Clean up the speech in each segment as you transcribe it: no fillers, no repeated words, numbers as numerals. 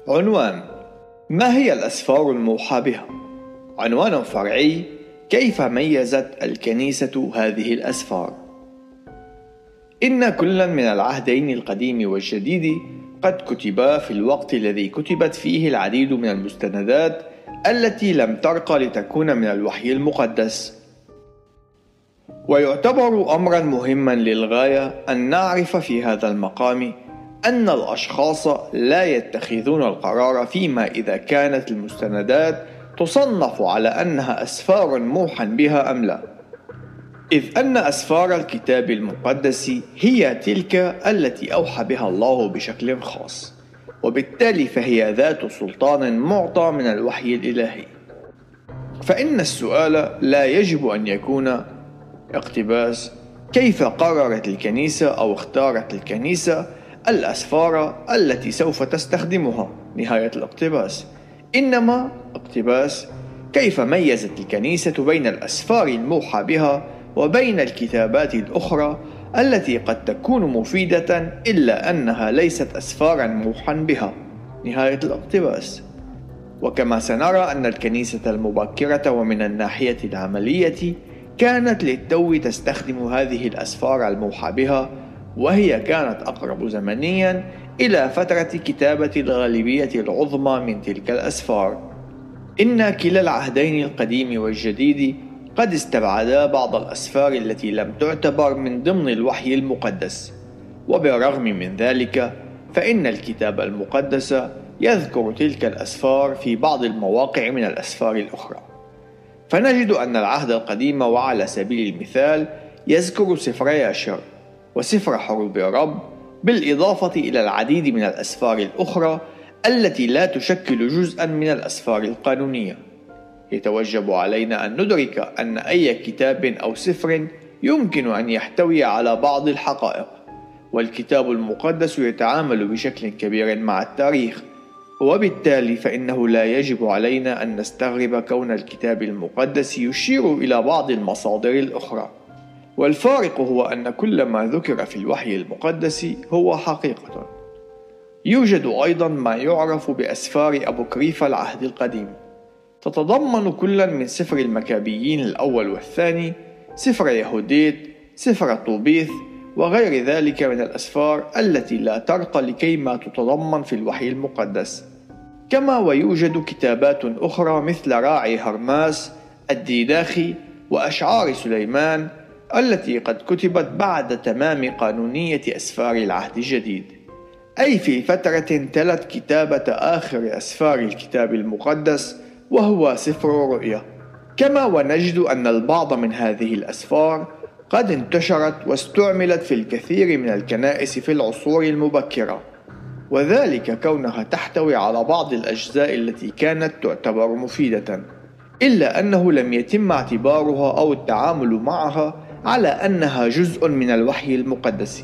عنوان: ما هي الأسفار الموحى بها؟ عنوان فرعي: كيف ميزت الكنيسة هذه الأسفار؟ إن كلا من العهدين القديم والجديد قد كتبا في الوقت الذي كتبت فيه العديد من المستندات التي لم ترقى لتكون من الوحي المقدس. ويعتبر أمرا مهما للغاية أن نعرف في هذا المقام أن الأشخاص لا يتخذون القرار فيما إذا كانت المستندات تصنف على أنها أسفار موحى بها أم لا، إذ أن أسفار الكتاب المقدس هي تلك التي أوحى بها الله بشكل خاص، وبالتالي فهي ذات سلطان معطى من الوحي الإلهي. فإن السؤال لا يجب أن يكون اقتباس كيف قررت الكنيسة أو اختارت الكنيسة الأسفار التي سوف تستخدمها، نهاية الاقتباس، إنما اقتباس كيف ميزت الكنيسة بين الأسفار الموحى بها وبين الكتابات الأخرى التي قد تكون مفيدة إلا أنها ليست أسفارا موحى بها، نهاية الاقتباس. وكما سنرى أن الكنيسة المبكرة ومن الناحية العملية كانت للتو تستخدم هذه الأسفار الموحى بها، وهي كانت أقرب زمنيا إلى فترة كتابة الغالبية العظمى من تلك الأسفار. إن كلا العهدين القديم والجديد قد استبعدا بعض الأسفار التي لم تعتبر من ضمن الوحي المقدس، وبالرغم من ذلك فإن الكتاب المقدس يذكر تلك الأسفار في بعض المواقع من الأسفار الأخرى. فنجد أن العهد القديم وعلى سبيل المثال يذكر سفر ياشر وسفر حروب الرب، بالإضافة إلى العديد من الأسفار الأخرى التي لا تشكل جزءا من الأسفار القانونية. يتوجب علينا أن ندرك أن أي كتاب أو سفر يمكن أن يحتوي على بعض الحقائق، والكتاب المقدس يتعامل بشكل كبير مع التاريخ، وبالتالي فإنه لا يجب علينا أن نستغرب كون الكتاب المقدس يشير إلى بعض المصادر الأخرى. والفارق هو أن كل ما ذكر في الوحي المقدس هو حقيقة. يوجد أيضا ما يعرف بأسفار أبوكريفا العهد القديم، تتضمن كل من سفر المكابيين الأول والثاني، سفر يهوديت، سفر طوبيث، وغير ذلك من الأسفار التي لا ترقى لكيما تتضمن في الوحي المقدس. كما ويوجد كتابات أخرى مثل راعي هرماس، الديداخي، وأشعار سليمان التي قد كتبت بعد تمام قانونية أسفار العهد الجديد، أي في فترة تلت كتابة آخر أسفار الكتاب المقدس وهو سفر الرؤيا. كما ونجد أن البعض من هذه الأسفار قد انتشرت واستعملت في الكثير من الكنائس في العصور المبكرة، وذلك كونها تحتوي على بعض الأجزاء التي كانت تعتبر مفيدة، إلا أنه لم يتم اعتبارها أو التعامل معها على أنها جزء من الوحي المقدس.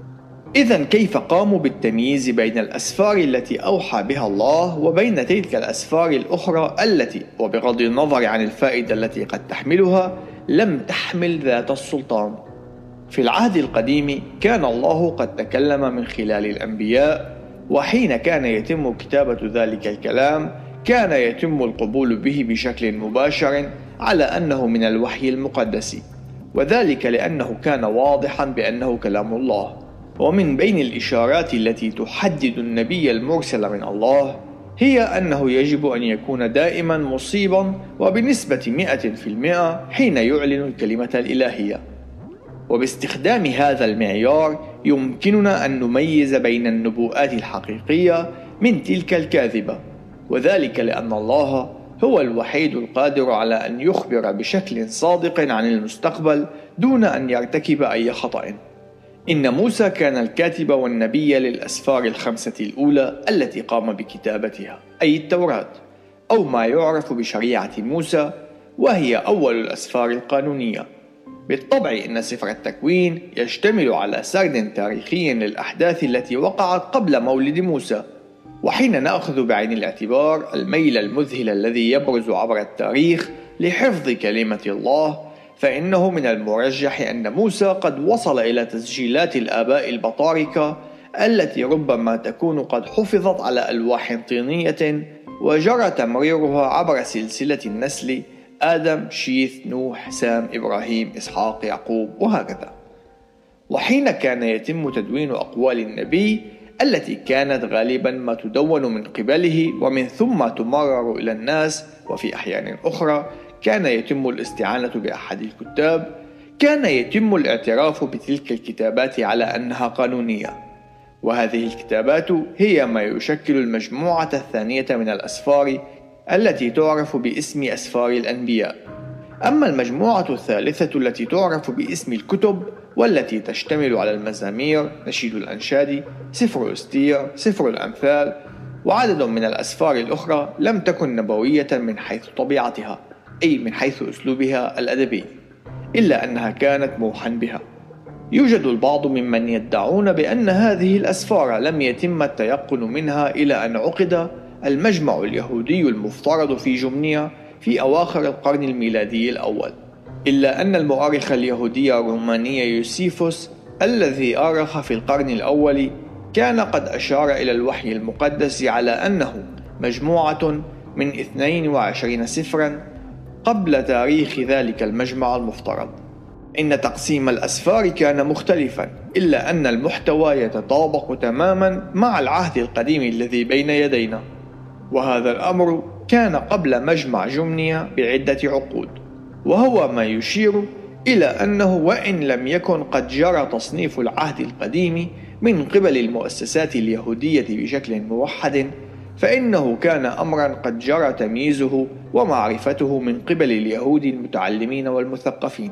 إذن كيف قاموا بالتمييز بين الأسفار التي أوحى بها الله وبين تلك الأسفار الأخرى التي، وبغض النظر عن الفائدة التي قد تحملها، لم تحمل ذات السلطان؟ في العهد القديم كان الله قد تكلم من خلال الأنبياء، وحين كان يتم كتابة ذلك الكلام كان يتم القبول به بشكل مباشر على أنه من الوحي المقدس، وذلك لأنه كان واضحا بأنه كلام الله. ومن بين الإشارات التي تحدد النبي المرسل من الله هي أنه يجب أن يكون دائما مصيبا وبنسبة 100% حين يعلن الكلمة الإلهية. وباستخدام هذا المعيار يمكننا أن نميز بين النبوءات الحقيقية من تلك الكاذبة، وذلك لأن الله هو الوحيد القادر على أن يخبر بشكل صادق عن المستقبل دون أن يرتكب أي خطأ. إن موسى كان الكاتب والنبي للأسفار الخمسة الأولى التي قام بكتابتها، أي التوراة، أو ما يعرف بشريعة موسى، وهي أول الأسفار القانونية. بالطبع إن سفر التكوين يشتمل على سرد تاريخي للأحداث التي وقعت قبل مولد موسى، وحين نأخذ بعين الاعتبار الميل المذهل الذي يبرز عبر التاريخ لحفظ كلمة الله، فإنه من المرجح أن موسى قد وصل إلى تسجيلات الآباء البطاركة التي ربما تكون قد حفظت على ألواح طينية وجرى تمريرها عبر سلسلة النسل: آدم، شيث، نوح، سام، إبراهيم، إسحاق، يعقوب، وهكذا. وحين كان يتم تدوين أقوال النبي التي كانت غالبا ما تدون من قبله ومن ثم تمرر إلى الناس، وفي أحيان أخرى كان يتم الاستعانة بأحد الكتاب، كان يتم الاعتراف بتلك الكتابات على أنها قانونية. وهذه الكتابات هي ما يشكل المجموعة الثانية من الأسفار التي تعرف باسم أسفار الأنبياء. أما المجموعة الثالثة التي تعرف باسم الكتب، والتي تشتمل على المزامير، نشيد الأنشاد، سفر أستير، سفر الأمثال، وعدد من الأسفار الأخرى، لم تكن نبوية من حيث طبيعتها، أي من حيث أسلوبها الأدبي، إلا أنها كانت موحى بها. يوجد البعض ممن يدعون بأن هذه الأسفار لم يتم التيقن منها إلى أن عقد المجمع اليهودي المفترض في جمنية في أواخر القرن الميلادي الأول، إلا أن المؤرخ اليهودي الروماني يوسيفوس الذي أرخ في القرن الأول كان قد أشار إلى الوحي المقدس على أنه مجموعة من 22 سفرا قبل تاريخ ذلك المجمع المفترض. إن تقسيم الأسفار كان مختلفا، إلا أن المحتوى يتطابق تماما مع العهد القديم الذي بين يدينا، وهذا الأمر كان قبل مجمع جمنية بعدة عقود، وهو ما يشير إلى أنه وإن لم يكن قد جرى تصنيف العهد القديم من قبل المؤسسات اليهودية بشكل موحد، فإنه كان أمرا قد جرى تمييزه ومعرفته من قبل اليهود المتعلمين والمثقفين.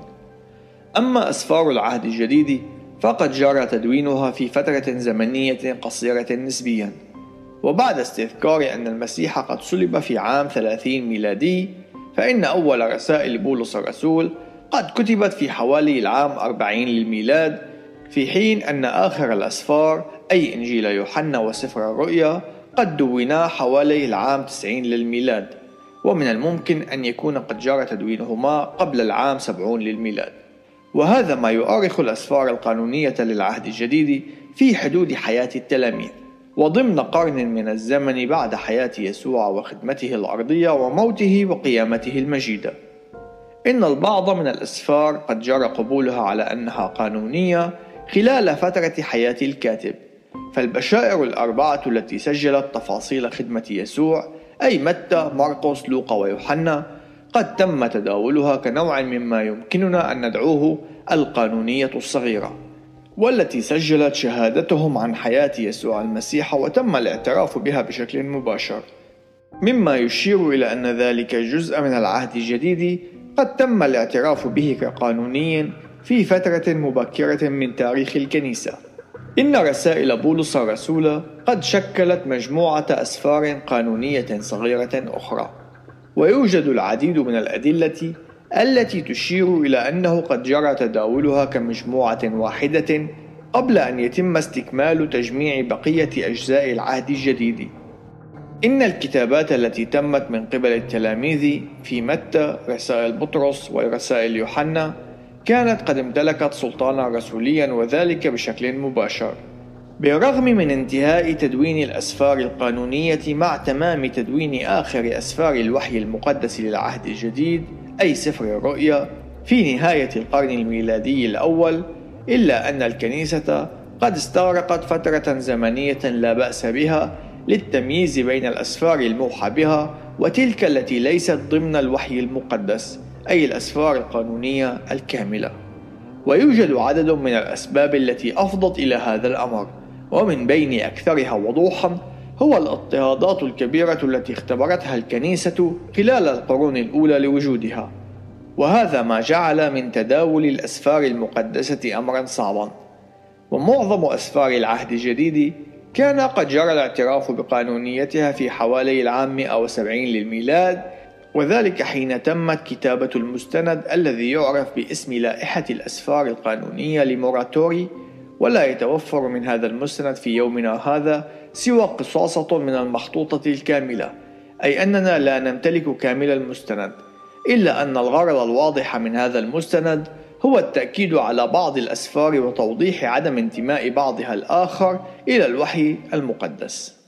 أما أسفار العهد الجديد فقد جرى تدوينها في فترة زمنية قصيرة نسبيا، وبعد استذكار أن المسيح قد صلب في عام 30 ميلادي، فإن أول رسائل بولس الرسول قد كتبت في حوالي العام 40 للميلاد، في حين أن آخر الأسفار أي إنجيل يوحنا وسفر الرؤيا قد دونا حوالي العام 90 للميلاد، ومن الممكن أن يكون قد جرى تدوينهما قبل العام 70 للميلاد. وهذا ما يؤرخ الأسفار القانونية للعهد الجديد في حدود حياة التلاميذ، وضمن قرن من الزمن بعد حياة يسوع وخدمته الأرضية وموته وقيامته المجيدة. إن البعض من الأسفار قد جرى قبولها على أنها قانونية خلال فترة حياة الكاتب، فالبشائر الأربعة التي سجلت تفاصيل خدمة يسوع، أي متى، مرقس، لوقا ويوحنا، قد تم تداولها كنوع مما يمكننا أن ندعوه القانونية الصغيرة، والتي سجلت شهادتهم عن حياة يسوع المسيح وتم الاعتراف بها بشكل مباشر، مما يشير إلى أن ذلك الجزء من العهد الجديد قد تم الاعتراف به كقانوني في فترة مبكرة من تاريخ الكنيسة. إن رسائل بولس الرسول قد شكلت مجموعة أسفار قانونية صغيرة أخرى، ويوجد العديد من الأدلة التي تشير إلى أنه قد جرى تداولها كمجموعة واحدة قبل أن يتم استكمال تجميع بقية أجزاء العهد الجديد. إن الكتابات التي تمت من قبل التلاميذ في متى، رسائل بطرس ورسائل يوحنا، كانت قد امتلكت سلطانا رسوليا، وذلك بشكل مباشر. بالرغم من انتهاء تدوين الأسفار القانونية مع تمام تدوين آخر أسفار الوحي المقدس للعهد الجديد، أي سفر الرؤيا، في نهاية القرن الميلادي الأول، إلا أن الكنيسة قد استغرقت فترة زمنية لا بأس بها للتمييز بين الأسفار الموحى بها وتلك التي ليست ضمن الوحي المقدس، أي الأسفار القانونية الكاملة. ويوجد عدد من الأسباب التي أفضت إلى هذا الأمر، ومن بين أكثرها وضوحا هو الاضطهادات الكبيرة التي اختبرتها الكنيسة خلال القرون الأولى لوجودها، وهذا ما جعل من تداول الأسفار المقدسة أمرا صعبا. ومعظم أسفار العهد الجديد كان قد جرى الاعتراف بقانونيتها في حوالي العام 170 للميلاد، وذلك حين تمت كتابة المستند الذي يعرف باسم لائحة الأسفار القانونية لموراتوري، ولا يتوفر من هذا المستند في يومنا هذا سوى قصاصة من المخطوطة الكاملة، أي أننا لا نمتلك كامل المستند، إلا أن الغرض الواضح من هذا المستند هو التأكيد على بعض الأسفار وتوضيح عدم انتماء بعضها الآخر إلى الوحي المقدس.